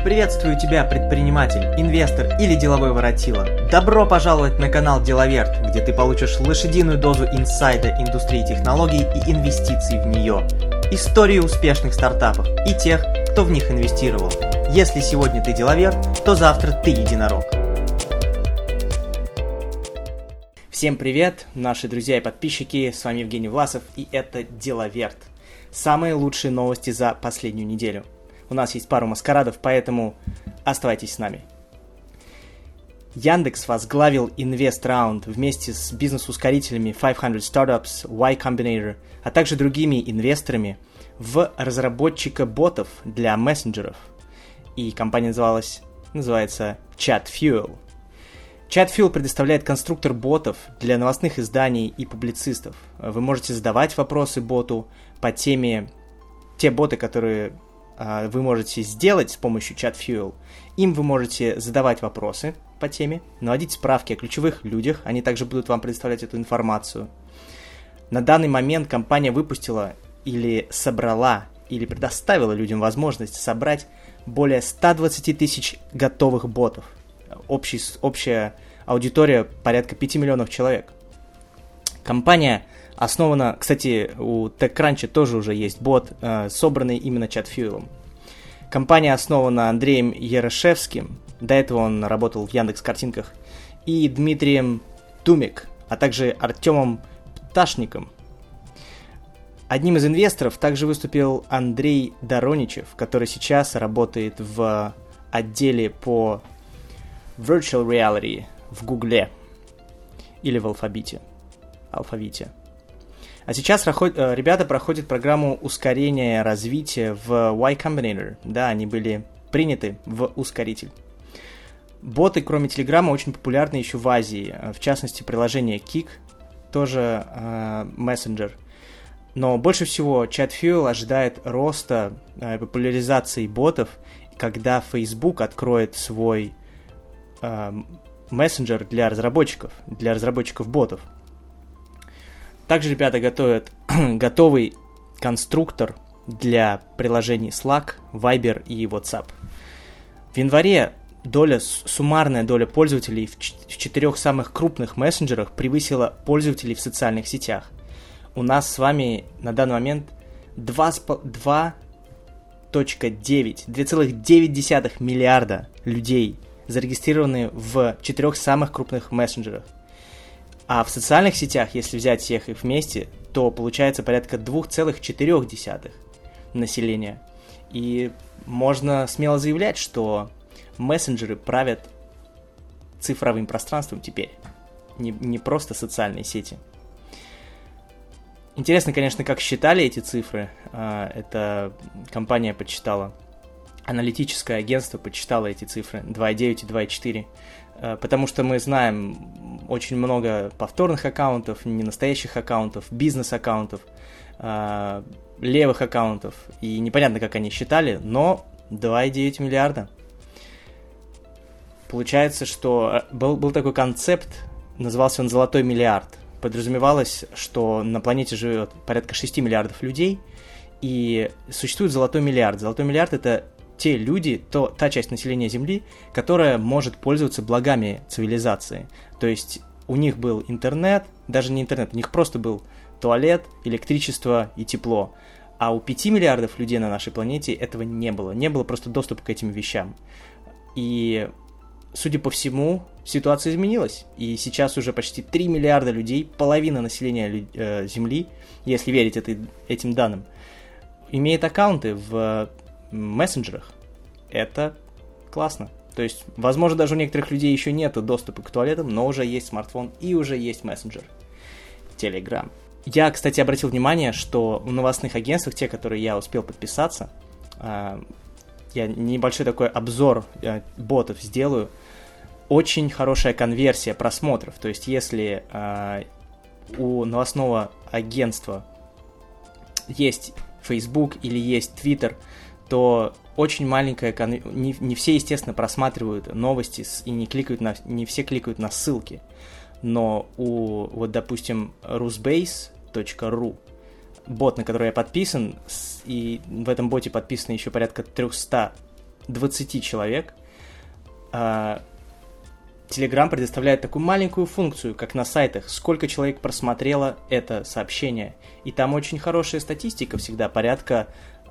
Приветствую тебя, предприниматель, инвестор или деловой воротило. Добро пожаловать на канал Деловерт, где ты получишь лошадиную дозу инсайда индустрии технологий и инвестиций в нее. Истории успешных стартапов и тех, кто в них инвестировал. Если сегодня ты деловер, то завтра ты единорог. Всем привет, наши друзья и подписчики, с вами Евгений Власов, и это Деловерт. Самые лучшие новости за последнюю неделю. У нас есть пару маскарадов, поэтому оставайтесь с нами. Яндекс возглавил инвест-раунд вместе с бизнес-ускорителями 500 Startups, Y Combinator, а также другими инвесторами в разработчика ботов для мессенджеров. И компания называется ChatFuel. ChatFuel предоставляет конструктор ботов для новостных изданий и публицистов. Вы можете задавать вопросы боту по теме, те боты, которые вы можете сделать с помощью ChatFuel. Им вы можете задавать вопросы по теме, наводить справки о ключевых людях, они также будут вам предоставлять эту информацию. На данный момент компания выпустила или собрала, или предоставила людям возможность собрать более 120 тысяч готовых ботов. Общая аудитория порядка 5 миллионов человек. Компания основана, кстати, у TechCrunch тоже уже есть бот, собранный именно ChatFuel. Компания основана Андреем Ярошевским, до этого он работал в Яндекс.Картинках, и Дмитрием Тумик, а также Артемом Пташником. Одним из инвесторов также выступил Андрей Дороничев, который сейчас работает в отделе по Virtual Reality в Гугле или в Алфавите. А сейчас ребята проходят программу ускорения развития в Y Combinator. Да, они были приняты в ускоритель. Боты, кроме Телеграма, очень популярны еще в Азии. В частности, приложение Kik, тоже мессенджер. Но больше всего ChatFuel ожидает роста популяризации ботов, когда Facebook откроет свой мессенджер для разработчиков ботов. Также ребята готовят готовый конструктор для приложений Slack, Viber и WhatsApp. В январе суммарная доля пользователей в 4 самых крупных мессенджерах превысила пользователей в социальных сетях. У нас с вами на данный момент 2,9 миллиарда людей зарегистрированы в 4 самых крупных мессенджерах. А в социальных сетях, если взять всех их вместе, то получается порядка 2,4 населения. И можно смело заявлять, что мессенджеры правят цифровым пространством теперь, не просто социальные сети. Интересно, конечно, как считали эти цифры. Эта компания подсчитала, аналитическое агентство подсчитало эти цифры 2,9 и 2,4. Потому что мы знаем очень много повторных аккаунтов, ненастоящих аккаунтов, бизнес-аккаунтов, левых аккаунтов, и непонятно, как они считали, но 2,9 миллиарда. Получается, что был такой концепт, назывался он «Золотой миллиард». Подразумевалось, что на планете живет порядка 6 миллиардов людей, и существует золотой миллиард. Золотой миллиард – это те люди, та часть населения Земли, которая может пользоваться благами цивилизации. То есть у них был интернет, даже не интернет, у них просто был туалет, электричество и тепло. А у 5 миллиардов людей на нашей планете этого не было. Не было просто доступа к этим вещам. И, судя по всему, ситуация изменилась. И сейчас уже почти 3 миллиарда людей, половина населения Земли, если верить этим данным, имеет аккаунты в мессенджерах. Это классно. То есть, возможно, даже у некоторых людей еще нет доступа к туалетам, но уже есть смартфон и уже есть мессенджер. Telegram. Я, кстати, обратил внимание, что в новостных агентствах, те, которые я успел подписаться, я небольшой такой обзор ботов сделаю, очень хорошая конверсия просмотров. То есть, если у новостного агентства есть Facebook или есть Twitter, то очень маленькая... Не все, естественно, просматривают новости и не все кликают на ссылки. Но допустим, rusbase.ru, бот, на который я подписан, и в этом боте подписано еще порядка 300 20 человек, Telegram предоставляет такую маленькую функцию, как на сайтах, сколько человек просмотрело это сообщение. И там очень хорошая статистика всегда, порядка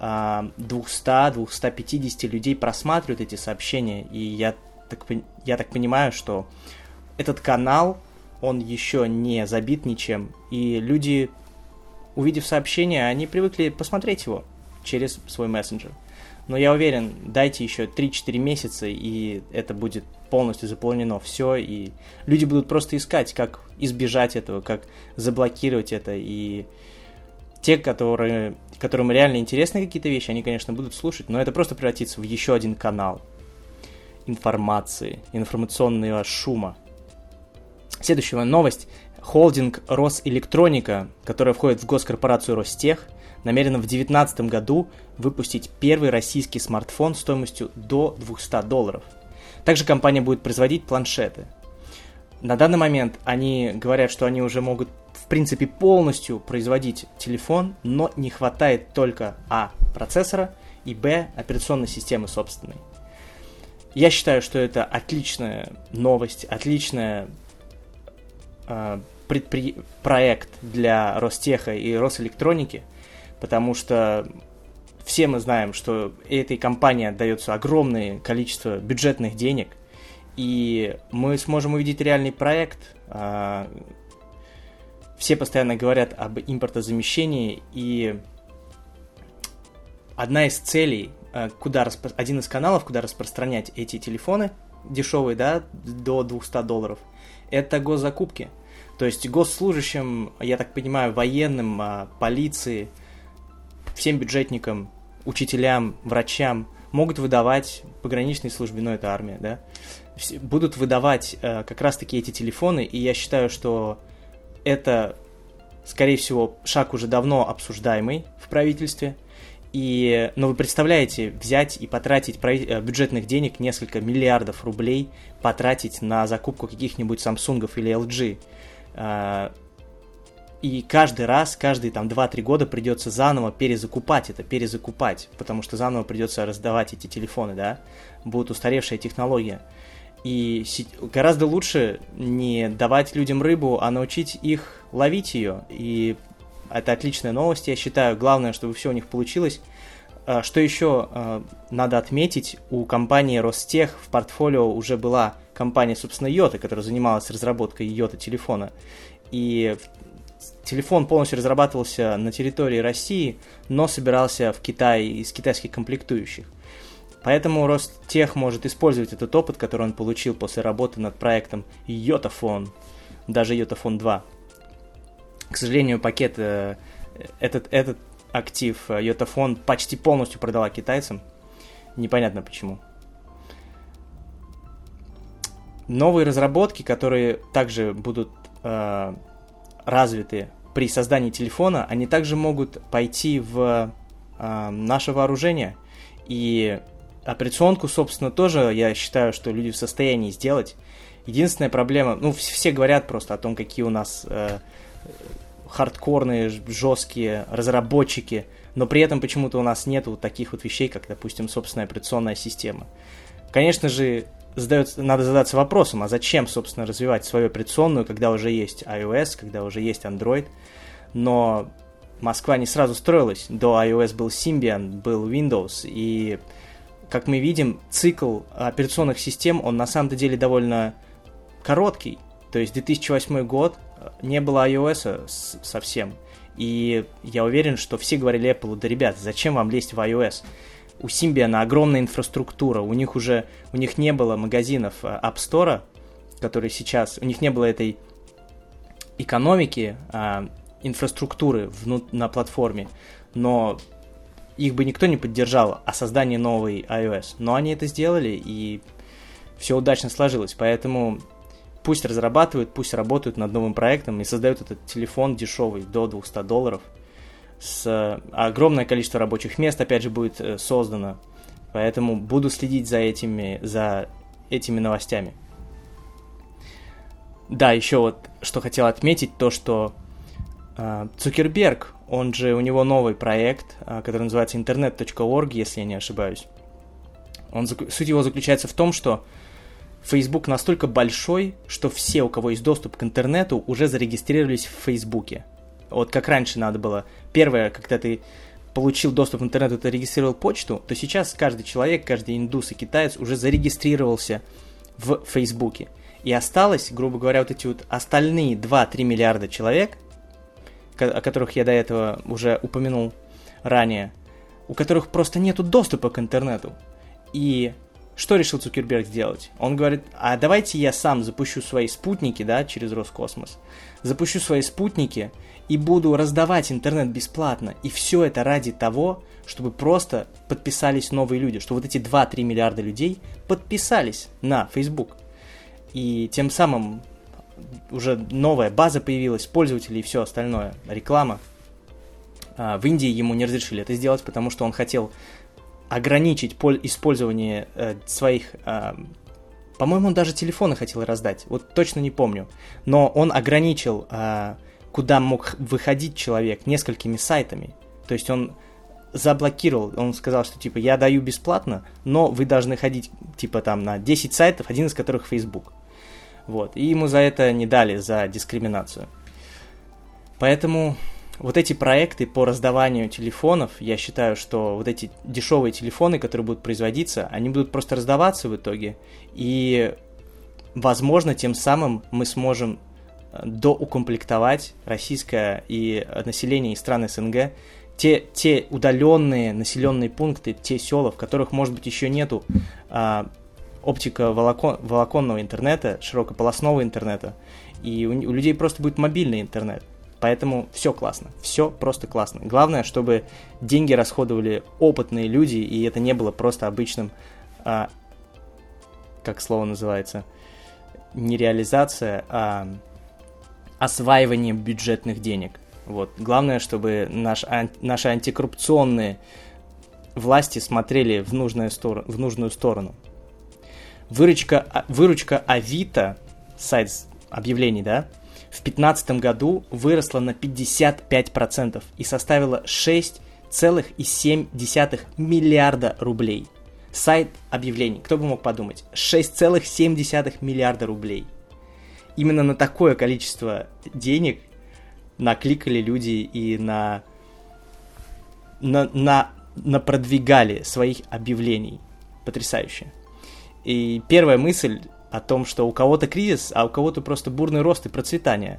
200-250 людей просматривают эти сообщения. И я так понимаю, что этот канал, он еще не забит ничем. И люди, увидев сообщение, они привыкли посмотреть его через свой мессенджер. Но я уверен, дайте еще 3-4 месяца, и это будет полностью заполнено все, и люди будут просто искать, как избежать этого, как заблокировать это, и те, которым реально интересны какие-то вещи, они, конечно, будут слушать, но это просто превратится в еще один канал информации, информационного шума. Следующая новость. Холдинг Росэлектроника, которая входит в госкорпорацию Ростех, намерена в 2019 году выпустить первый российский смартфон стоимостью до $200. Также компания будет производить планшеты. На данный момент они говорят, что они уже могут, в принципе, полностью производить телефон, но не хватает только процессора и операционной системы собственной. Я считаю, что это отличная новость, отличная проект для Ростеха и Росэлектроники, потому что все мы знаем, что этой компании отдается огромное количество бюджетных денег, и мы сможем увидеть реальный проект. Все постоянно говорят об импортозамещении, и одна из целей, один из каналов, куда распространять эти телефоны дешевые, да, до $200, это госзакупки. То есть госслужащим, я так понимаю, военным, полиции, всем бюджетникам, учителям, врачам могут выдавать, пограничной службе, но это армия, да, будут выдавать как раз-таки эти телефоны, и я считаю, что это, скорее всего, шаг уже давно обсуждаемый в правительстве, но вы представляете, взять и потратить бюджетных денег, несколько миллиардов рублей, потратить на закупку каких-нибудь Самсунгов или LG, и каждый раз, каждые 2-3 года придется заново перезакупать, потому что заново придется раздавать эти телефоны, да, будет устаревшая технология. И гораздо лучше не давать людям рыбу, а научить их ловить ее. И это отличная новость, я считаю. Главное, чтобы все у них получилось. Что еще надо отметить, у компании Ростех в портфолио уже была компания, собственно, Йота, которая занималась разработкой Йота-телефона. И телефон полностью разрабатывался на территории России, но собирался в Китае из китайских комплектующих. Поэтому Ростех может использовать этот опыт, который он получил после работы над проектом Йотафон, даже Йотафон 2. К сожалению, этот актив Йотафон почти полностью продала китайцам. Непонятно почему. Новые разработки, которые также будут развиты при создании телефона, они также могут пойти в наше вооружение. И операционку, собственно, тоже, я считаю, что люди в состоянии сделать. Единственная проблема, все говорят просто о том, какие у нас хардкорные, жесткие разработчики, но при этом почему-то у нас нет вот таких вот вещей, как, допустим, собственная операционная система. Конечно же, надо задаться вопросом, а зачем, собственно, развивать свою операционную, когда уже есть iOS, когда уже есть Android, но Москва не сразу строилась, до iOS был Symbian, был Windows, и, как мы видим, цикл операционных систем, он на самом деле довольно короткий, то есть 2008 год, не было iOS совсем, и я уверен, что все говорили Apple: да, ребят, зачем вам лезть в iOS? У Symbian огромная инфраструктура, у них не было магазинов App Store, которые сейчас, у них не было этой экономики, инфраструктуры на платформе, но их бы никто не поддержал о создании новой iOS, но они это сделали, и все удачно сложилось, поэтому пусть разрабатывают, пусть работают над новым проектом и создают этот телефон дешевый до $200, огромное количество рабочих мест, опять же, будет создано, поэтому буду следить за этими новостями. Да, еще вот, что хотел отметить, то, что Цукерберг, у него новый проект, который называется internet.org, если я не ошибаюсь. Суть его заключается в том, что Facebook настолько большой, что все, у кого есть доступ к интернету, уже зарегистрировались в Фейсбуке. Вот как раньше надо было. Первое, когда ты получил доступ к интернету, ты регистрировал почту, то сейчас каждый человек, каждый индус и китаец уже зарегистрировался в Фейсбуке. И осталось, грубо говоря, вот эти вот остальные 2-3 миллиарда человек, о которых я до этого уже упомянул ранее, у которых просто нету доступа к интернету. И что решил Цукерберг сделать? Он говорит, а давайте я сам запущу свои спутники, да, через Роскосмос, запущу свои спутники и буду раздавать интернет бесплатно. И все это ради того, чтобы просто подписались новые люди, что вот эти 2-3 миллиарда людей подписались на Facebook. И тем самым уже новая база появилась, пользователи и все остальное, реклама. В Индии ему не разрешили это сделать, потому что он хотел ограничить использование своих... По-моему, он даже телефоны хотел раздать, вот точно не помню. Но он ограничил, куда мог выходить человек, несколькими сайтами. То есть он заблокировал, он сказал, что типа я даю бесплатно, но вы должны ходить типа там на 10 сайтов, один из которых Facebook. Вот. И ему за это не дали, за дискриминацию. Поэтому вот эти проекты по раздаванию телефонов, я считаю, что вот эти дешевые телефоны, которые будут производиться, они будут просто раздаваться в итоге. И, возможно, тем самым мы сможем доукомплектовать российское и население из стран СНГ, те удаленные населенные пункты, те села, в которых, может быть, еще нету оптиковолоконного интернета, широкополосного интернета, и у людей просто будет мобильный интернет. Поэтому все классно, все просто классно. Главное, чтобы деньги расходовали опытные люди, и это не было просто обычным, как слово называется, не реализация, а осваивание бюджетных денег. Вот. Главное, чтобы наши антикоррупционные власти смотрели в нужную сторону. Выручка Авито, сайт объявлений, да, в 2015 году выросла на 55% и составила 6,7 миллиарда рублей. Сайт объявлений, кто бы мог подумать, 6,7 миллиарда рублей. Именно на такое количество денег накликали люди и продвигали своих объявлений. Потрясающе. И первая мысль о том, что у кого-то кризис, а у кого-то просто бурный рост и процветание.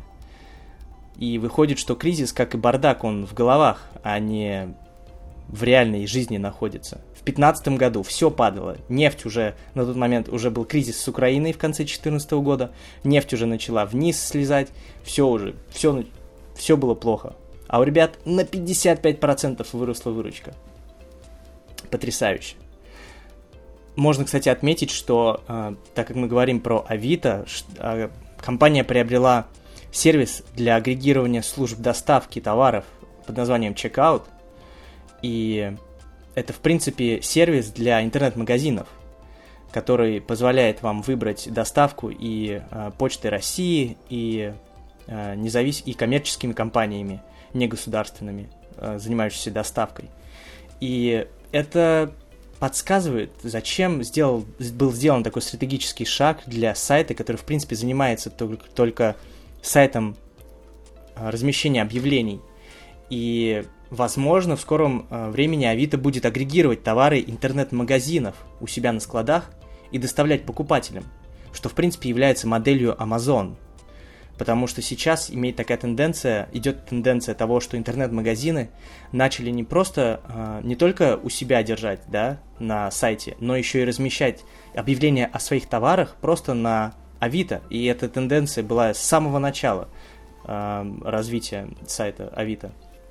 И выходит, что кризис, как и бардак, он в головах, а не в реальной жизни находится. В 2015 году все падало. Нефть уже, на тот момент уже был кризис с Украиной в конце 2014 года. Нефть уже начала вниз слезать. Все было плохо. А у ребят на 55% выросла выручка. Потрясающе. Можно, кстати, отметить, что, так как мы говорим про Авито, компания приобрела сервис для агрегирования служб доставки товаров под названием Checkout. И это, в принципе, сервис для интернет-магазинов, который позволяет вам выбрать доставку и Почтой России, и коммерческими компаниями, негосударственными, занимающимися доставкой. И это подсказывает, зачем был сделан такой стратегический шаг для сайта, который, в принципе, занимается только сайтом размещения объявлений. И, возможно, в скором времени Авито будет агрегировать товары интернет-магазинов у себя на складах и доставлять покупателям, что, в принципе, является моделью Amazon. Потому что сейчас идет тенденция того, что интернет-магазины начали не только у себя держать, да, на сайте, но еще и размещать объявления о своих товарах просто на Авито. И эта тенденция была с самого начала развития сайта Авито.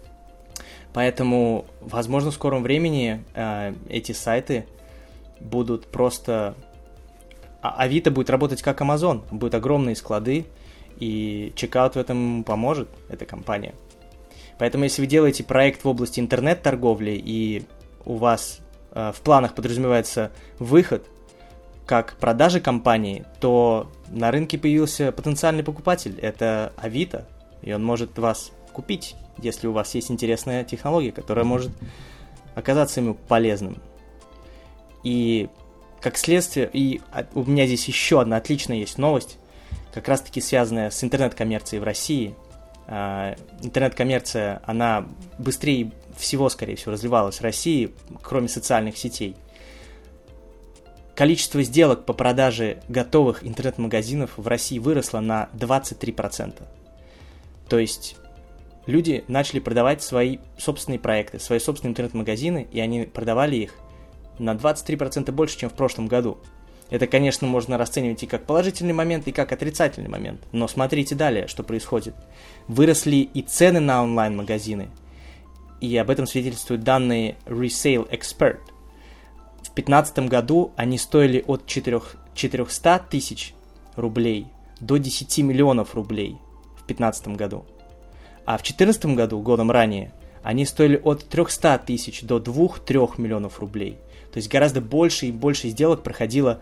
Поэтому, возможно, в скором времени эти сайты будут просто... Авито будет работать как Amazon, будут огромные склады, и Checkout в этом поможет, эта компания. Поэтому, если вы делаете проект в области интернет-торговли, и у вас в планах подразумевается выход как продажи компании, то на рынке появился потенциальный покупатель. Это Авито, и он может вас купить, если у вас есть интересная технология, которая может оказаться ему полезным. И как следствие, и у меня здесь еще одна отличная есть новость, как раз-таки связанная с интернет-коммерцией в России. Интернет-коммерция, она быстрее всего, скорее всего, развивалась в России, кроме социальных сетей. Количество сделок по продаже готовых интернет-магазинов в России выросло на 23%. То есть люди начали продавать свои собственные проекты, свои собственные интернет-магазины, и они продавали их на 23% больше, чем в прошлом году. Это, конечно, можно расценивать и как положительный момент, и как отрицательный момент. Но смотрите далее, что происходит. Выросли и цены на онлайн-магазины. И об этом свидетельствуют данные Resale Expert. В 2015 году они стоили от 400 тысяч рублей до 10 миллионов рублей в 2015 году. А в 2014 году, годом ранее, они стоили от 300 тысяч до 2-3 миллионов рублей. То есть гораздо больше и больше сделок проходило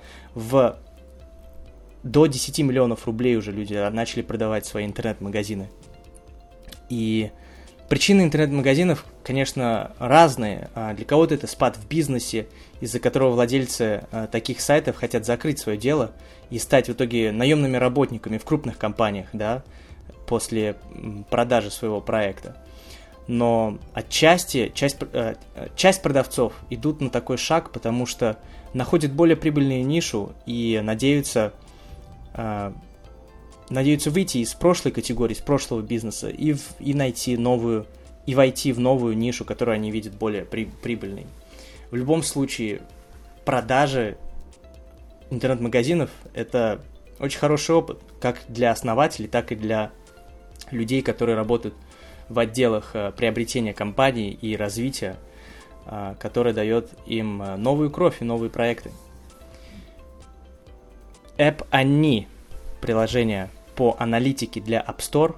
до 10 миллионов рублей уже люди начали продавать свои интернет-магазины. И причины интернет-магазинов, конечно, разные. Для кого-то это спад в бизнесе, из-за которого владельцы таких сайтов хотят закрыть свое дело и стать в итоге наемными работниками в крупных компаниях, да, после продажи своего проекта. Но отчасти часть продавцов идут на такой шаг, потому что находят более прибыльную нишу и надеются выйти из прошлой категории, из прошлого бизнеса и найти новую, и войти в новую нишу, которую они видят более прибыльной. В любом случае, продажи интернет-магазинов – это очень хороший опыт, как для основателей, так и для людей, которые работают в отделах приобретения компаний и развития, которое дает им новую кровь и новые проекты. App Annie, приложение по аналитике для App Store,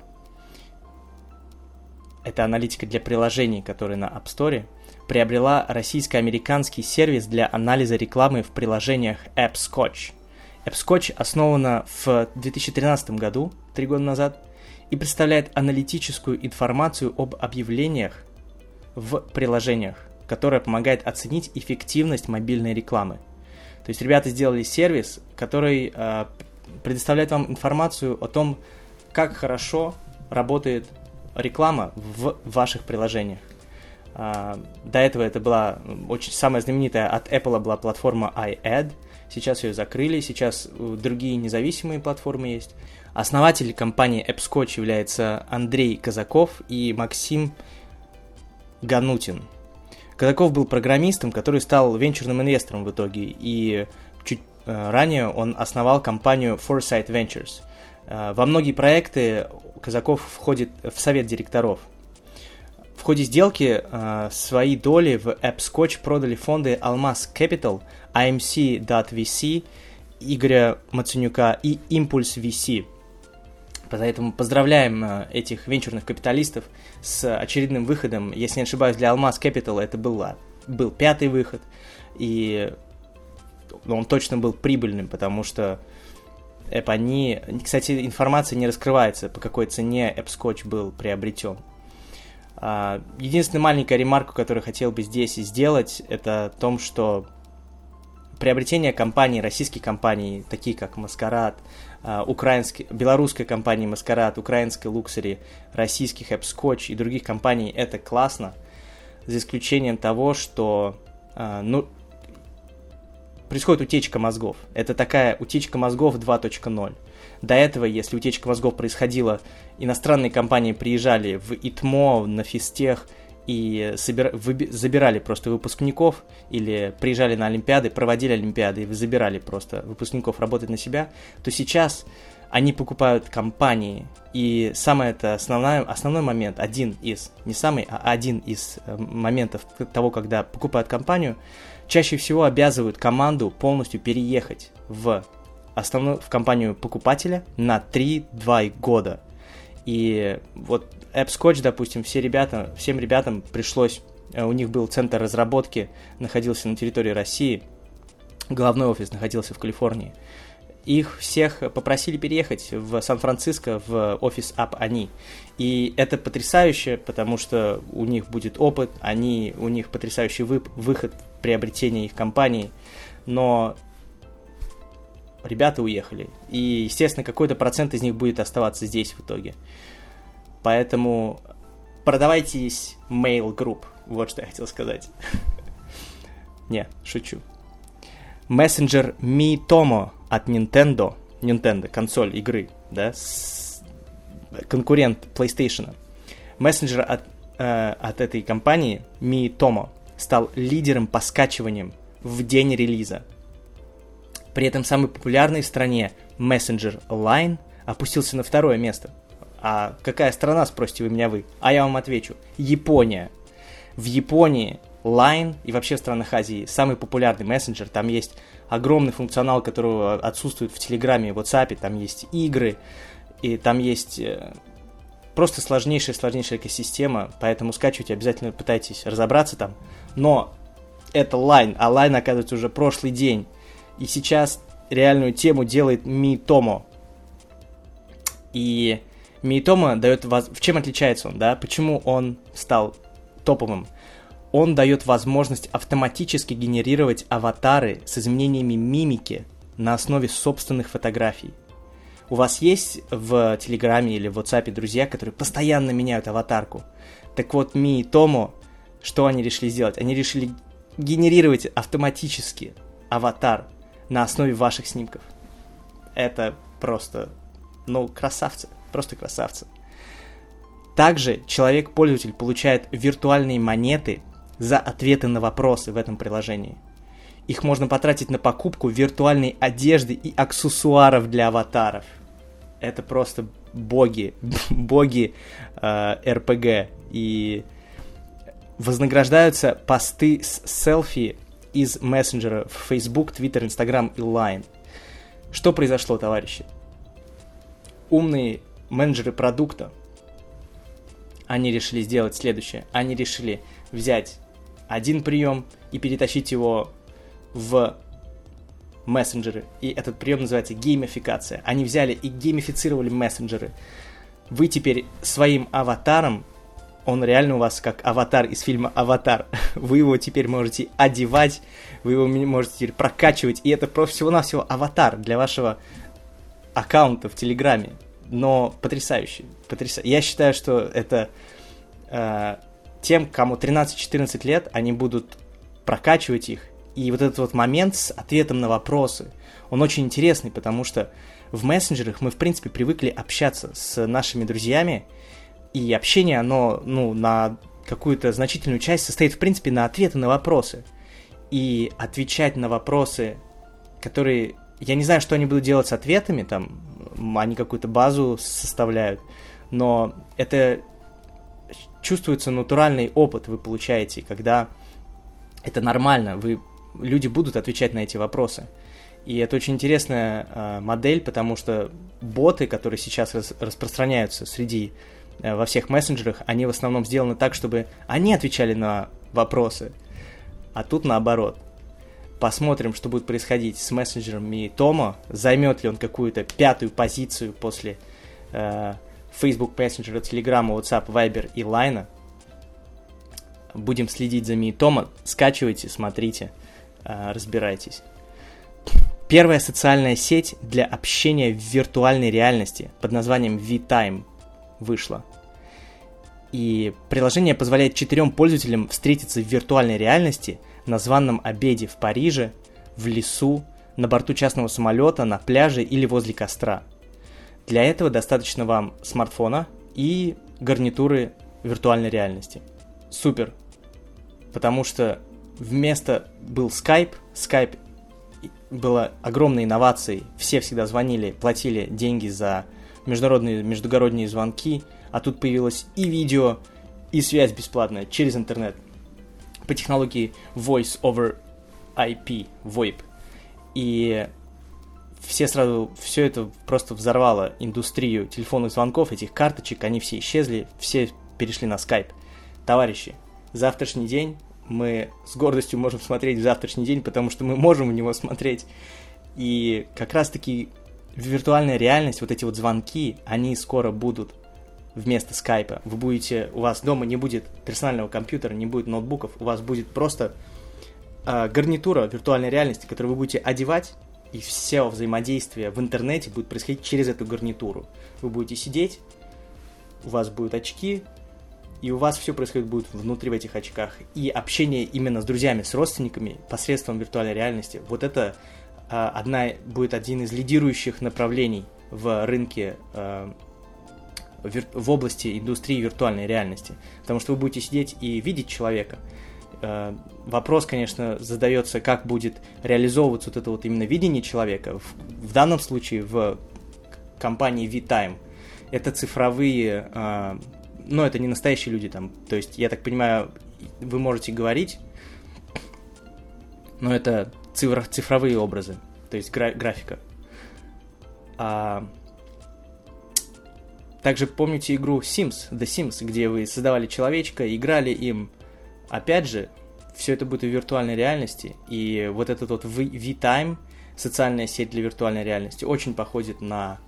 это аналитика для приложений, которые на App Store, приобрела российско-американский сервис для анализа рекламы в приложениях AppScotch. AppScotch основана в 2013 году, 3 года назад, и представляет аналитическую информацию об объявлениях в приложениях, которая помогает оценить эффективность мобильной рекламы. То есть ребята сделали сервис, который предоставляет вам информацию о том, как хорошо работает реклама в ваших приложениях. До этого это была самая знаменитая от Apple была платформа iAd, сейчас ее закрыли, сейчас другие независимые платформы есть. Основатель компании AppScotch является Андрей Казаков и Максим Ганутин. Казаков был программистом, который стал венчурным инвестором в итоге, и чуть ранее он основал компанию Foresight Ventures. Во многие проекты Казаков входит в совет директоров. В ходе сделки свои доли в AppScotch продали фонды Алмаз Capital, AMC.VC, Игоря Маценюка и Impulse VC. Поэтому поздравляем этих венчурных капиталистов с очередным выходом. Если не ошибаюсь, для Алмаз Capital это был 5-й выход, и он точно был прибыльным, потому что App Annie... Кстати, информация не раскрывается, по какой цене AppScotch был приобретен. Единственная маленькая ремарка, которую хотел бы здесь сделать, это о том, что приобретение компаний, российских компаний, такие как Маскарад, белорусской компании Маскарад, украинской Luxury, российских AppScotch и других компаний, это классно, за исключением того, что происходит утечка мозгов. Это такая утечка мозгов 2.0. До этого, если утечка мозгов происходила, иностранные компании приезжали в ИТМО, на физтех и забирали просто выпускников, или приезжали на олимпиады, проводили олимпиады и забирали просто выпускников работать на себя, то сейчас они покупают компании, и основной момент, один из моментов того, когда покупают компанию, чаще всего обязывают команду полностью переехать в компанию покупателя на 3-2 года. И вот AppScotch, допустим, всем ребятам пришлось, у них был центр разработки, находился на территории России, головной офис находился в Калифорнии. Их всех попросили переехать в Сан-Франциско в офис App Annie. И это потрясающе, потому что у них будет опыт, у них потрясающий выход в приобретении их компании. Но ребята уехали. И, естественно, какой-то процент из них будет оставаться здесь в итоге. Поэтому продавайтесь Mail Group. Вот что я хотел сказать. Не, шучу. Мессенджер Miitomo от Nintendo, консоль игры, да, конкурент PlayStation. Мессенджер от этой компании Miitomo стал лидером по скачиваниям в день релиза. При этом самый популярный в стране мессенджер Line опустился на 2-е место. А какая страна, спросите вы меня? А я вам отвечу. Япония. В Японии Line и вообще в странах Азии самый популярный мессенджер. Там есть огромный функционал, которого отсутствует в Телеграме и WhatsApp. Там есть игры, и там есть просто сложнейшая экосистема. Поэтому скачивайте, обязательно пытайтесь разобраться там. Но это Line, а Line, оказывается, уже прошлый день. И сейчас реальную тему делает Miitomo. И Miitomo дает... В чем отличается он, да? Почему он стал топовым? Он дает возможность автоматически генерировать аватары с изменениями мимики на основе собственных фотографий. У вас есть в Телеграме или в WhatsApp друзья, которые постоянно меняют аватарку? Так вот, Miitomo, что они решили сделать? Они решили генерировать автоматически аватар на основе ваших снимков. Это просто, красавцы. Просто красавцы. Также человек-пользователь получает виртуальные монеты за ответы на вопросы в этом приложении. Их можно потратить на покупку виртуальной одежды и аксессуаров для аватаров. Это просто боги РПГ. И вознаграждаются посты с селфи из мессенджера в Facebook, Twitter, Instagram и Line. Что произошло, товарищи? Умные менеджеры продукта, они решили сделать следующее. Они решили взять один прием и перетащить его в мессенджеры. И этот прием называется геймификация. Они взяли и геймифицировали мессенджеры. Вы теперь своим аватаром, он реально у вас как аватар из фильма «Аватар». Вы его теперь можете одевать, вы его можете теперь прокачивать. И это просто всего-навсего аватар для вашего аккаунта в Телеграме. Но потрясающе. Я считаю, что это тем, кому 13-14 лет, они будут прокачивать их. И вот этот вот момент с ответом на вопросы, он очень интересный, потому что в мессенджерах мы, в принципе, привыкли общаться с нашими друзьями, и общение, оно, на какую-то значительную часть состоит, в принципе, на ответы на вопросы. И отвечать на вопросы, которые... Я не знаю, что они будут делать с ответами, там, они какую-то базу составляют, но это чувствуется натуральный опыт вы получаете, когда это нормально, люди будут отвечать на эти вопросы. И это очень интересная модель, потому что боты, которые сейчас распространяются во всех мессенджерах, они в основном сделаны так, чтобы они отвечали на вопросы, а тут наоборот. Посмотрим, что будет происходить с мессенджером Miitomo, займет ли он какую-то 5-ю позицию после Facebook Messenger, Telegram, WhatsApp, Viber и Line. Будем следить за Miitomo, скачивайте, смотрите, разбирайтесь. Первая социальная сеть для общения в виртуальной реальности под названием VTime вышла. И приложение позволяет 4 пользователям встретиться в виртуальной реальности на званом обеде в Париже, в лесу, на борту частного самолета, на пляже или возле костра. Для этого достаточно вам смартфона и гарнитуры виртуальной реальности. Супер! Потому что вместо был Skype было огромной инновацией. Все всегда звонили, платили деньги за междугородние звонки, а тут появилось и видео, и связь бесплатная через интернет по технологии Voice over IP, VoIP. И все это просто взорвало индустрию телефонных звонков, этих карточек, они все исчезли, все перешли на Skype. Товарищи, завтрашний день мы с гордостью можем смотреть в завтрашний день, потому что мы можем в него смотреть. И как раз-таки виртуальная реальность, вот эти вот звонки, они скоро будут вместо скайпа. У вас дома не будет персонального компьютера, не будет ноутбуков, у вас будет просто гарнитура виртуальной реальности, которую вы будете одевать, и все взаимодействие в интернете будет происходить через эту гарнитуру. Вы будете сидеть, у вас будут очки, и у вас все происходит будет внутри в этих очках. И общение именно с друзьями, с родственниками посредством виртуальной реальности, вот это будет один из лидирующих направлений в рынке, в области индустрии виртуальной реальности. Потому что вы будете сидеть и видеть человека. Вопрос, конечно, задается, как будет реализовываться вот это вот именно видение человека. В данном случае в компании VTime это цифровые, но это не настоящие люди там. То есть, я так понимаю, вы можете говорить, но это цифровые образы, то есть графика. Также помните игру The Sims, где вы создавали человечка, играли им. Опять же, все это будет в виртуальной реальности, и вот этот вот VTime, социальная сеть для виртуальной реальности, очень походит на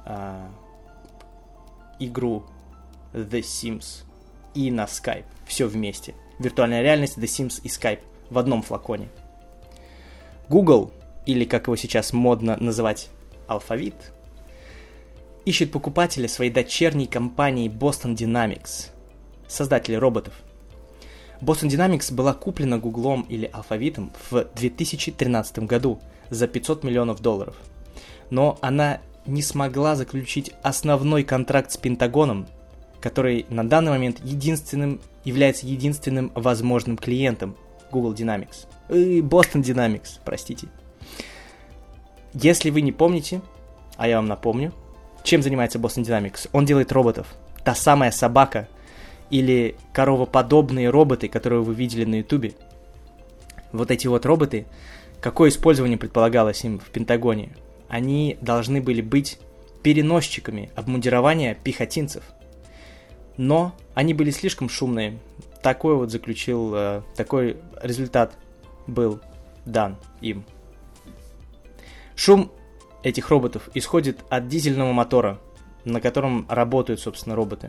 игру The Sims и на Skype. Все вместе. Виртуальная реальность, The Sims и Skype в одном флаконе. Google, или как его сейчас модно называть, Alphabet, ищет покупателя своей дочерней компании Boston Dynamics, создатели роботов. Boston Dynamics была куплена Гуглом или Алфавитом в 2013 году за $500 миллионов. Но она не смогла заключить основной контракт с Пентагоном, который на данный момент является единственным возможным клиентом Google Dynamics. Boston Dynamics, простите. Если вы не помните, а я вам напомню, чем занимается Boston Dynamics? Он делает роботов. Та самая собака или коровоподобные роботы, которые вы видели на Ютубе. Вот эти вот роботы, какое использование предполагалось им в Пентагоне? Они должны были быть переносчиками обмундирования пехотинцев. Но они были слишком шумные. Такой результат был дан им. Шум этих роботов исходит от дизельного мотора, на котором работают, собственно, роботы.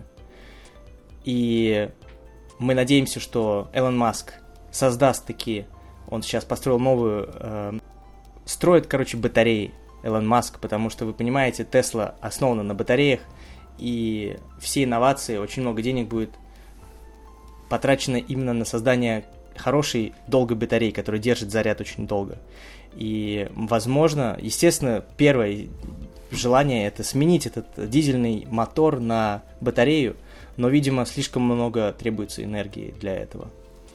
И мы надеемся, что Элон Маск создаст такие... Он сейчас построил новую... строит, батареи Элон Маск, потому что, вы понимаете, Тесла основана на батареях, и все инновации, очень много денег будет потрачено именно на создание хорошей, долгой батареи, которая держит заряд очень долго. И, возможно, естественно, первое желание — это сменить этот дизельный мотор на батарею, но, видимо, слишком много требуется энергии для этого.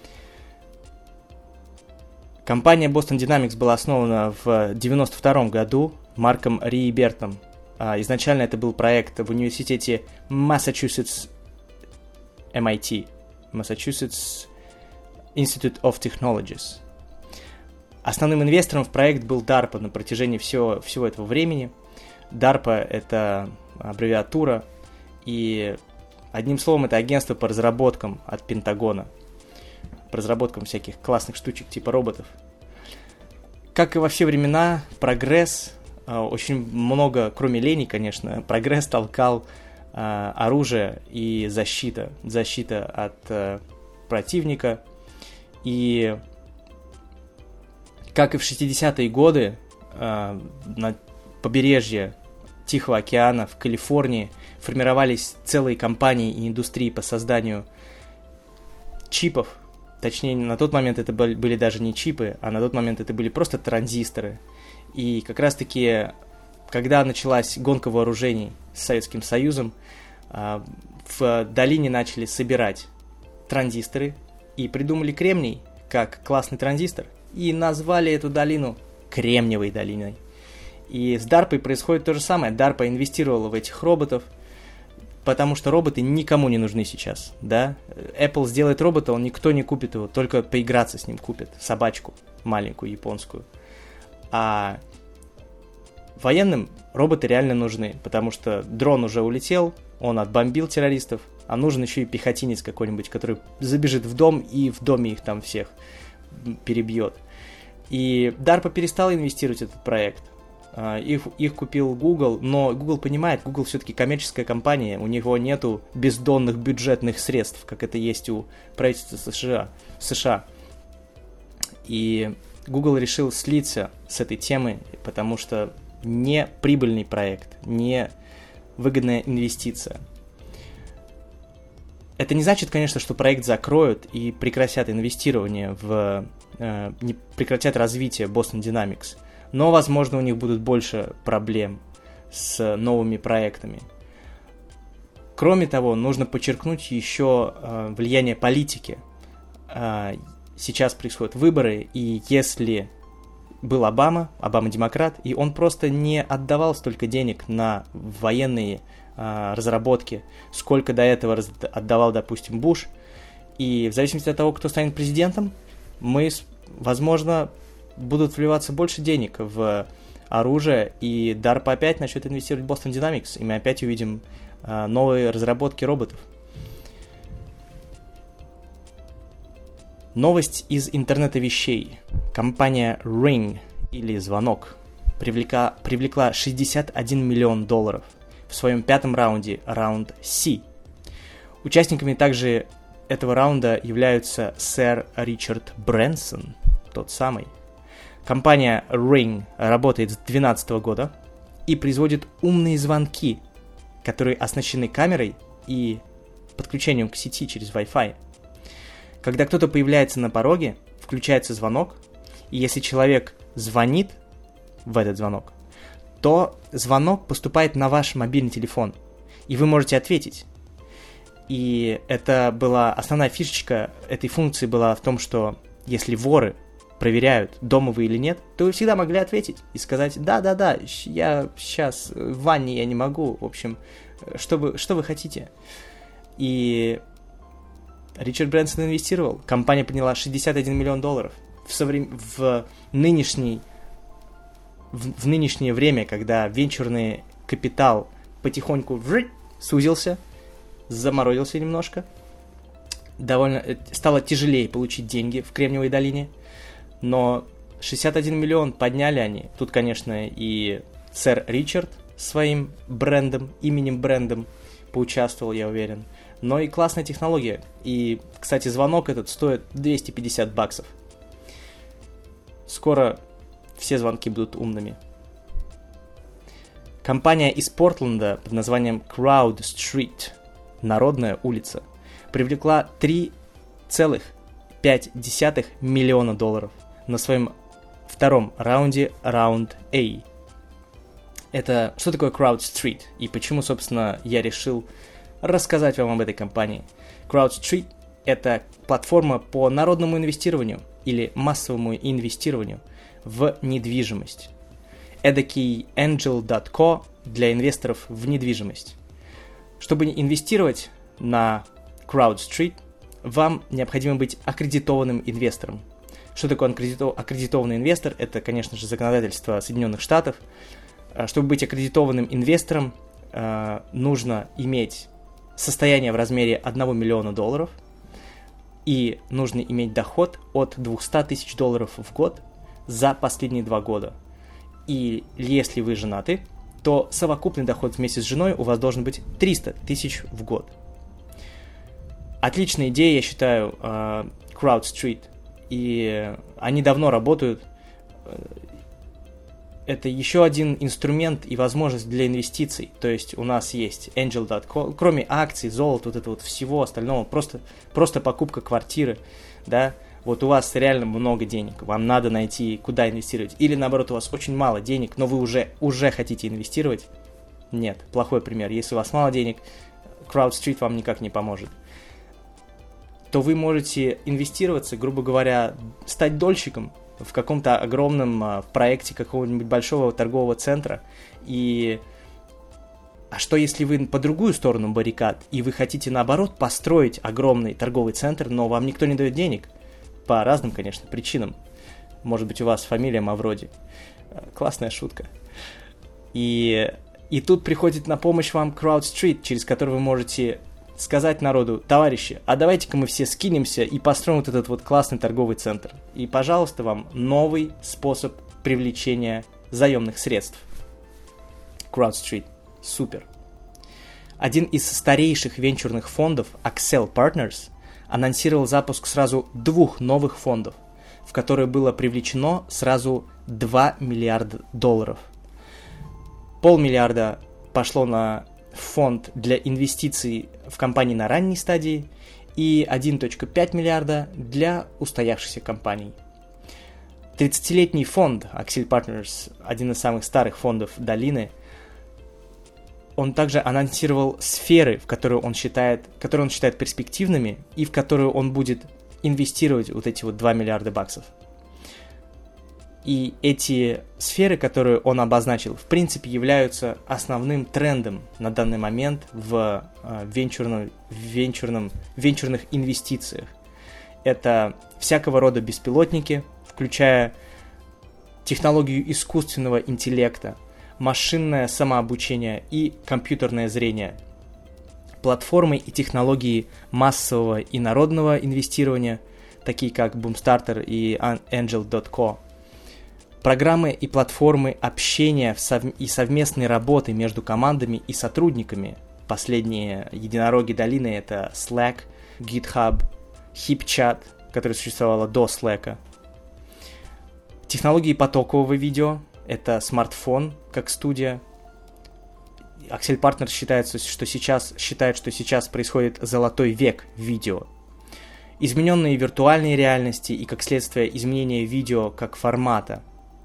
Компания Boston Dynamics была основана в 1992 году Марком Риибертом. Изначально это был проект в университете Massachusetts MIT, Massachusetts Institute of Technologies. Основным инвестором в проект был DARPA на протяжении всего этого времени. DARPA — это аббревиатура, и одним словом, это агентство по разработкам от Пентагона, по разработкам всяких классных штучек типа роботов. Как и во все времена, прогресс, очень много, кроме лени, конечно, прогресс толкал оружие и защита от противника. И как и в 60-е годы на побережье Тихого океана в Калифорнии формировались целые компании и индустрии по созданию чипов. Точнее, на тот момент это были даже не чипы, а на тот момент это были просто транзисторы. И как раз-таки, когда началась гонка вооружений с Советским Союзом, в долине начали собирать транзисторы и придумали кремний как классный транзистор и назвали эту долину Кремниевой долиной. И с DARPA происходит то же самое. DARPA инвестировала в этих роботов, потому что роботы никому не нужны сейчас, да? Apple сделает робота, никто не купит его, только поиграться с ним купит, собачку маленькую японскую. А военным роботы реально нужны, потому что дрон уже улетел, он отбомбил террористов, а нужен еще и пехотинец какой-нибудь, который забежит в дом и в доме их там всех перебьет. И DARPA перестала инвестировать в этот проект. Их купил Google, но Google понимает, Google все-таки коммерческая компания, у него нету бездонных бюджетных средств, как это есть у правительства США. И Google решил слиться с этой темы, потому что не прибыльный проект, не выгодная инвестиция. Это не значит, конечно, что проект закроют и прекратят инвестирование не прекратят развитие Boston Dynamics, но, возможно, у них будут больше проблем с новыми проектами. Кроме того, нужно подчеркнуть еще влияние политики. Сейчас происходят выборы, и если был Обама демократ, и он просто не отдавал столько денег на военные разработки, сколько до этого отдавал, допустим, Буш. И в зависимости от того, кто станет президентом, возможно, будут вливаться больше денег в оружие, и DARPA опять начнет инвестировать в Boston Dynamics, и мы опять увидим новые разработки роботов. Новость из интернета вещей. Компания Ring, или Звонок, привлекла $61 миллион в своем 5-м раунде, раунд C. Участниками также этого раунда являются сэр Ричард Брэнсон, тот самый. Компания Ring работает с 2012 года и производит умные звонки, которые оснащены камерой и подключением к сети через Wi-Fi. Когда кто-то появляется на пороге, включается звонок, и если человек звонит в этот звонок, то звонок поступает на ваш мобильный телефон, и вы можете ответить. И это была основная фишечка этой функции была в том, что если воры проверяют, дома вы или нет, то вы всегда могли ответить и сказать: да, я сейчас в ванне, я не могу, в общем, что вы хотите. И Ричард Брэнсон инвестировал, компания подняла $61 миллион. В нынешнее время, когда венчурный капитал потихоньку сузился, заморозился немножко, стало тяжелее получить деньги в Кремниевой долине, но 61 миллион подняли они. Тут, конечно, и сэр Ричард своим именем-брендом поучаствовал, я уверен. Но и классная технология. И, кстати, звонок этот стоит $250. Скоро все звонки будут умными. Компания из Портленда под названием CrowdStreet, Народная улица, привлекла $3,5 миллиона на своем 2-м раунде, раунд A. Это что такое CrowdStreet и почему, собственно, я решил рассказать вам об этой компании. CrowdStreet – это платформа по народному инвестированию или массовому инвестированию в недвижимость. Эдакий Angel.co для инвесторов в недвижимость. Чтобы инвестировать на CrowdStreet, вам необходимо быть аккредитованным инвестором. Что такое аккредитованный инвестор? Это, конечно же, законодательство Соединенных Штатов. Чтобы быть аккредитованным инвестором, нужно иметь состояние в размере $1 миллиона и нужно иметь доход от $200 тысяч в год за последние 2 года. И если вы женаты, то совокупный доход вместе с женой у вас должен быть 300 тысяч в год. Отличная идея, я считаю, CrowdStreet. И они давно работают. Это еще один инструмент и возможность для инвестиций. То есть у нас есть Angel.co, кроме акций, золота, вот этого вот всего остального, просто покупка квартиры, да. Вот у вас реально много денег, вам надо найти, куда инвестировать. Или наоборот, у вас очень мало денег, но вы уже хотите инвестировать. Нет, плохой пример. Если у вас мало денег, CrowdStreet вам никак не поможет. То вы можете инвестироваться, грубо говоря, стать дольщиком в каком-то огромном проекте какого-нибудь большого торгового центра. А что если вы по другую сторону баррикад, и вы хотите, наоборот, построить огромный торговый центр, но вам никто не дает денег? По разным, конечно, причинам. Может быть, у вас фамилия Мавроди. Классная шутка. И тут приходит на помощь вам CrowdStreet, через который вы можете сказать народу: товарищи, а давайте-ка мы все скинемся и построим вот этот вот классный торговый центр. И, пожалуйста, вам новый способ привлечения заемных средств. CrowdStreet. Супер. Один из старейших венчурных фондов, Accel Partners, анонсировал запуск сразу 2 новых фондов. в которое было привлечено сразу $2 миллиарда. $500 пошло на фонд для инвестиций в компании на ранней стадии и 1,5 миллиарда для устоявшихся компаний. 30-летний фонд Accel Partners, один из самых старых фондов долины, он также анонсировал сферы, которые он считает перспективными и в которые он будет инвестировать вот эти вот $2 миллиарда. И эти сферы, которые он обозначил, в принципе, являются основным трендом на данный момент в венчурных инвестициях. Это всякого рода беспилотники, включая технологию искусственного интеллекта, машинное самообучение и компьютерное зрение, платформы и технологии массового и народного инвестирования, такие как Boomstarter и Angel.co, программы и платформы общения и совместной работы между командами и сотрудниками. Последние единороги долины — это Slack, GitHub, HipChat, которая существовала до Slack. Технологии потокового видео — это смартфон как студия. Accel Partners считает, что сейчас происходит золотой век видео. Измененные виртуальные реальности и, как следствие, изменение видео как формата.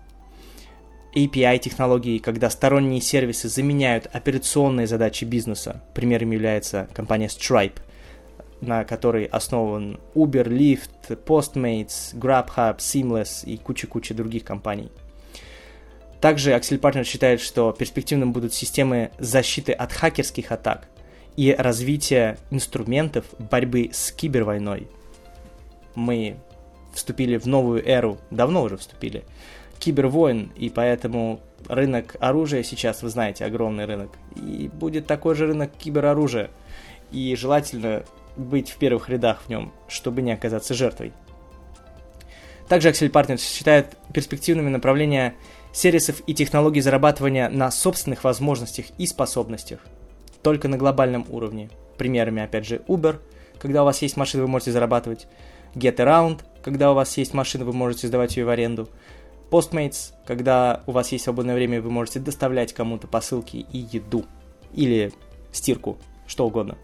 API-технологии, когда сторонние сервисы заменяют операционные задачи бизнеса. Примером является компания Stripe, на которой основан Uber, Lyft, Postmates, Grubhub, Seamless и куча-куча других компаний. Также Accel Partners считает, что перспективным будут системы защиты от хакерских атак и развитие инструментов борьбы с кибервойной. Мы вступили в новую эру, давно уже вступили, кибервойн, и поэтому рынок оружия сейчас, вы знаете, огромный рынок, и будет такой же рынок кибероружия, и желательно быть в первых рядах в нем, чтобы не оказаться жертвой. Также Accel Partners считает перспективными направления сервисов и технологий зарабатывания на собственных возможностях и способностях, только на глобальном уровне. Примерами, опять же, Uber, когда у вас есть машина, вы можете зарабатывать, GetAround, когда у вас есть машина, вы можете сдавать ее в аренду, Postmates, когда у вас есть свободное время, вы можете доставлять кому-то посылки и еду, или стирку, что угодно.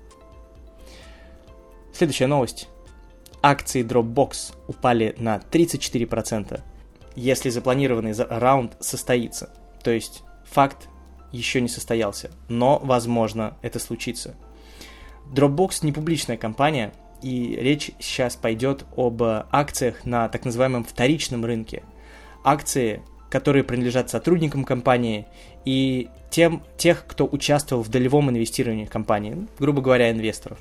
Следующая новость. Акции Dropbox упали на 34%, если запланированный раунд состоится. То есть факт еще не состоялся, но, возможно, это случится. Dropbox не публичная компания, и речь сейчас пойдет об акциях на так называемом вторичном рынке. Акции, которые принадлежат сотрудникам компании и тех, кто участвовал в долевом инвестировании в компании, грубо говоря, инвесторов.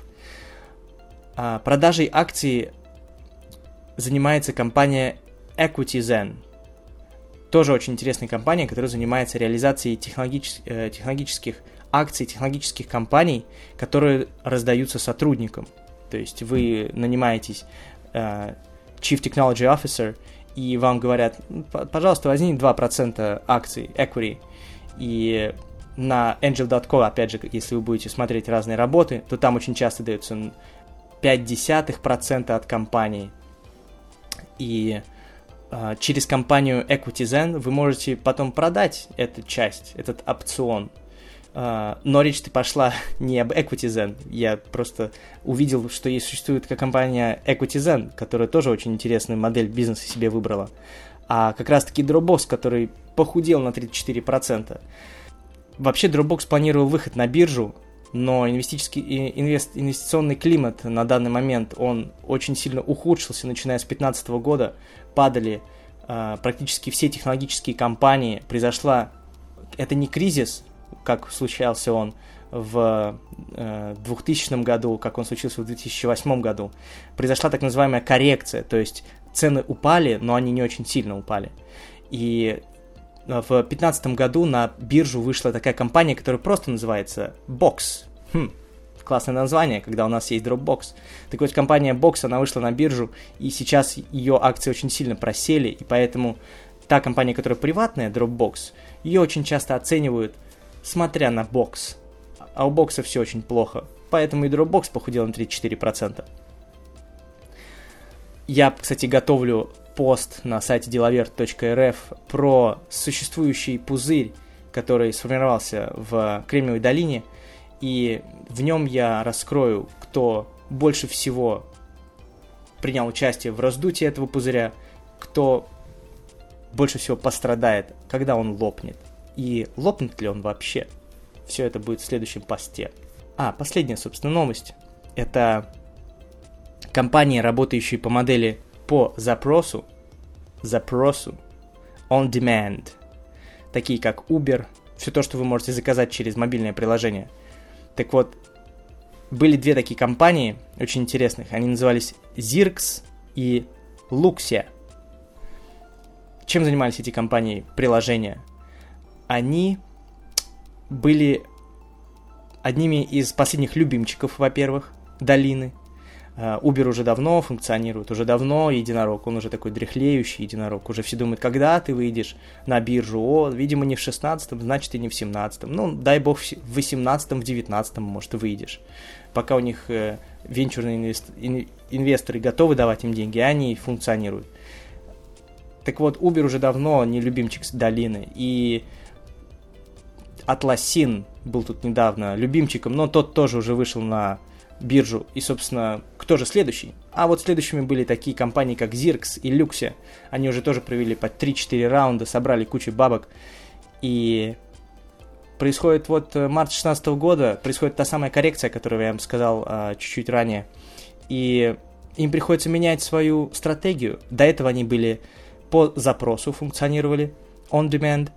Продажей акций занимается компания EquityZen. Тоже очень интересная компания, которая занимается реализацией технологических акций, технологических компаний, которые раздаются сотрудникам. То есть вы нанимаетесь Chief Technology Officer, и вам говорят, пожалуйста, возьми 2% акций, equity. И на Angel.co, опять же, если вы будете смотреть разные работы, то там очень часто дается 0,5% от компании. И через компанию EquityZen вы можете потом продать эту часть, этот опцион. Но речь-то пошла не об EquityZen. Я просто увидел, что существует компания EquityZen, которая тоже очень интересную модель бизнеса себе выбрала. А как раз-таки Dropbox, который похудел на 34%. Вообще Dropbox планировал выход на биржу, но инвестиционный климат на данный момент, он очень сильно ухудшился, начиная с 2015 года. Падали практически все технологические компании. Это не кризис, как случался он в 2000 году, как он случился в 2008 году. Произошла так называемая коррекция, то есть цены упали, но они не очень сильно упали. И в 2015 году на биржу вышла такая компания, которая просто называется Box. Классное название, когда у нас есть Dropbox. Так вот, компания Box, она вышла на биржу, и сейчас ее акции очень сильно просели, и поэтому та компания, которая приватная, Dropbox, ее очень часто оценивают, смотря на Box. А у Box все очень плохо. Поэтому и Dropbox похудел на 34%. Я, кстати, готовлю пост на сайте delavert.rf про существующий пузырь, который сформировался в Кремниевой долине, и в нем я раскрою, кто больше всего принял участие в раздутии этого пузыря, кто больше всего пострадает, когда он лопнет, и лопнет ли он вообще. Все это будет в следующем посте. Последняя, собственно, новость. Это компании, работающие по модели по запросу, on demand, такие как Uber, все то, что вы можете заказать через мобильное приложение. Так вот, были две такие компании, очень интересных, они назывались Zirx и Luxia. Чем занимались эти компании приложения? Они были одними из последних любимчиков, во-первых, долины. Uber уже давно функционирует, уже давно единорог, он уже такой дряхлеющий единорог. Уже все думают, когда ты выйдешь на биржу, видимо, не в 16-м, значит и не в 17-м. Дай бог, в 18-м, в 19-м, может, выйдешь. Пока у них венчурные инвесторы готовы давать им деньги, они функционируют. Так вот, Uber уже давно не любимчик долины, и Atlassian был тут недавно любимчиком, но тот тоже уже вышел на биржу. И, собственно, кто же следующий? Вот следующими были такие компании, как Zirx и Luxia. Они уже тоже провели по 3-4 раунда, собрали кучу бабок. И происходит март 2016 года, происходит та самая коррекция, которую я вам сказал чуть-чуть ранее. И им приходится менять свою стратегию. До этого они были по запросу, функционировали on demand.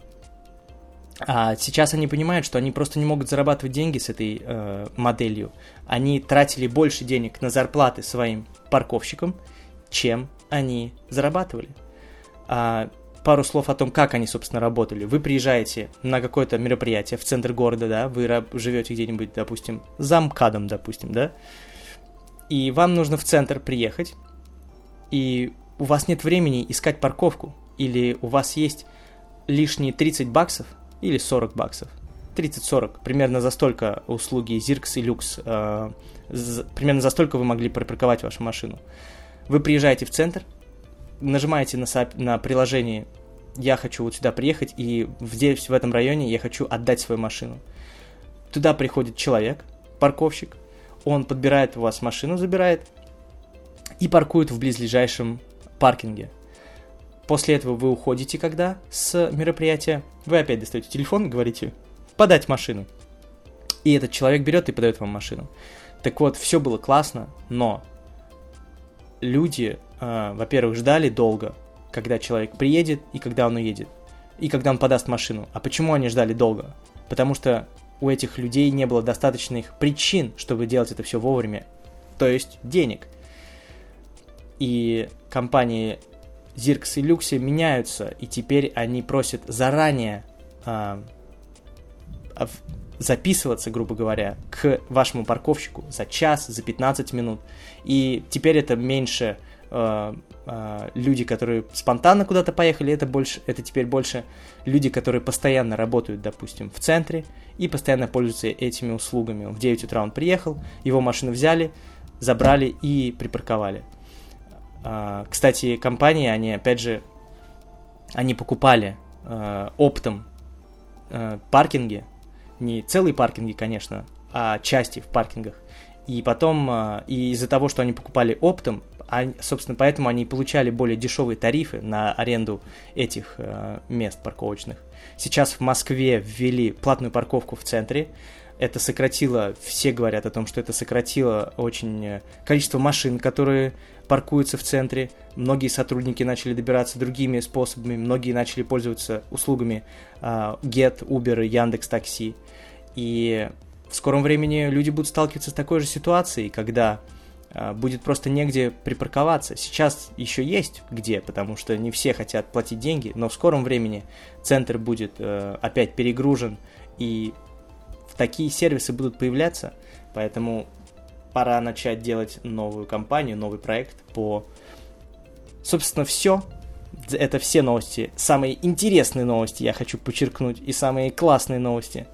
А сейчас они понимают, что они просто не могут зарабатывать деньги с этой моделью. Они тратили больше денег на зарплаты своим парковщикам, чем они зарабатывали. Пару слов о том, как они, собственно, работали. Вы приезжаете на какое-то мероприятие в центр города, да, вы живете где-нибудь, допустим, за МКАДом, допустим, да, и вам нужно в центр приехать, и у вас нет времени искать парковку, или у вас есть лишние $30, или $40, 30-40, примерно за столько услуги Zirx и Lux, примерно за столько вы могли припарковать вашу машину. Вы приезжаете в центр, нажимаете на приложение «Я хочу вот сюда приехать, и здесь, в этом районе, я хочу отдать свою машину». Туда приходит человек, парковщик, он подбирает у вас машину, забирает и паркует в близлежащем паркинге. После этого вы уходите, когда с мероприятия, вы опять достаете телефон и говорите «подать машину». И этот человек берет и подает вам машину. Так вот, все было классно, но люди, во-первых, ждали долго, когда человек приедет и когда он уедет, и когда он подаст машину. А почему они ждали долго? Потому что у этих людей не было достаточных причин, чтобы делать это все вовремя, то есть денег. И компании Zirx и Luxia меняются, и теперь они просят заранее записываться, грубо говоря, к вашему парковщику за час, за 15 минут. И теперь это меньше люди, которые спонтанно куда-то поехали, это теперь больше люди, которые постоянно работают, допустим, в центре и постоянно пользуются этими услугами. В 9 утра он приехал, его машину взяли, забрали и припарковали. Кстати, компании, они, опять же, они покупали оптом паркинги, не целые паркинги, конечно, а части в паркингах. И потом, и из-за того, что они покупали оптом, собственно, поэтому они получали более дешевые тарифы на аренду этих мест парковочных. Сейчас в Москве ввели платную парковку в центре. Это сократило, все говорят о том, что это сократило очень количество машин, которые паркуются в центре. Многие сотрудники начали добираться другими способами, многие начали пользоваться услугами Get, Uber, Яндекс.Такси. И в скором времени люди будут сталкиваться с такой же ситуацией, когда будет просто негде припарковаться. Сейчас еще есть где, потому что не все хотят платить деньги, но в скором времени центр будет опять перегружен, и такие сервисы будут появляться, поэтому пора начать делать новую компанию, новый проект по... Собственно, все. Это все новости. Самые интересные новости я хочу подчеркнуть, и самые классные новости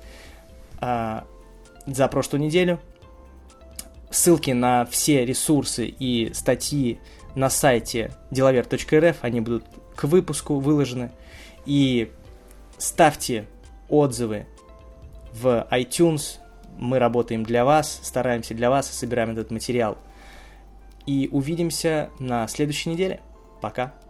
за прошлую неделю. Ссылки на все ресурсы и статьи на сайте delover.rf, они будут к выпуску выложены. И ставьте отзывы в iTunes, мы работаем для вас, стараемся для вас, собираем этот материал. И увидимся на следующей неделе. Пока!